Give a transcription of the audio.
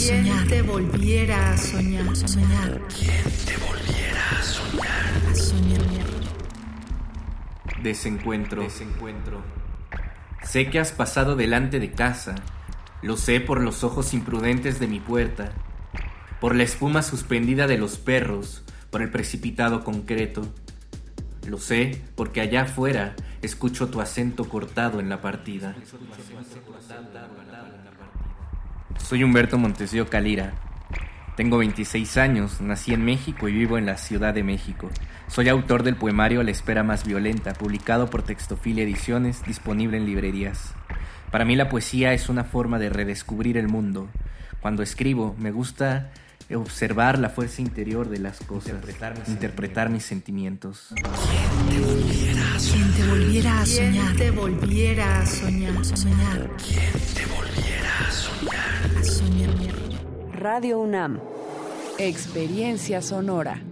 soñar. Te volviera a soñar. A soñar. ¿Quién te volviera a soñar? A soñar. Desencuentro. Sé que has pasado delante de casa. Lo sé por los ojos imprudentes de mi puerta, por la espuma suspendida de los perros, por el precipitado concreto. Lo sé porque allá afuera escucho tu acento cortado en la partida. Soy Humberto Montesio Calira. Tengo 26 años, nací en México y vivo en la Ciudad de México. Soy autor del poemario La espera más violenta, publicado por Textofilia Ediciones, disponible en librerías. Para mí la poesía es una forma de redescubrir el mundo. Cuando escribo, me gusta observar la fuerza interior de las cosas, interpretar mis sentimientos. ¿Quién te volviera a soñar? Te volviera a soñar. A soñar. ¿Quién te volviera a soñar? A soñar. Radio UNAM. Experiencia sonora.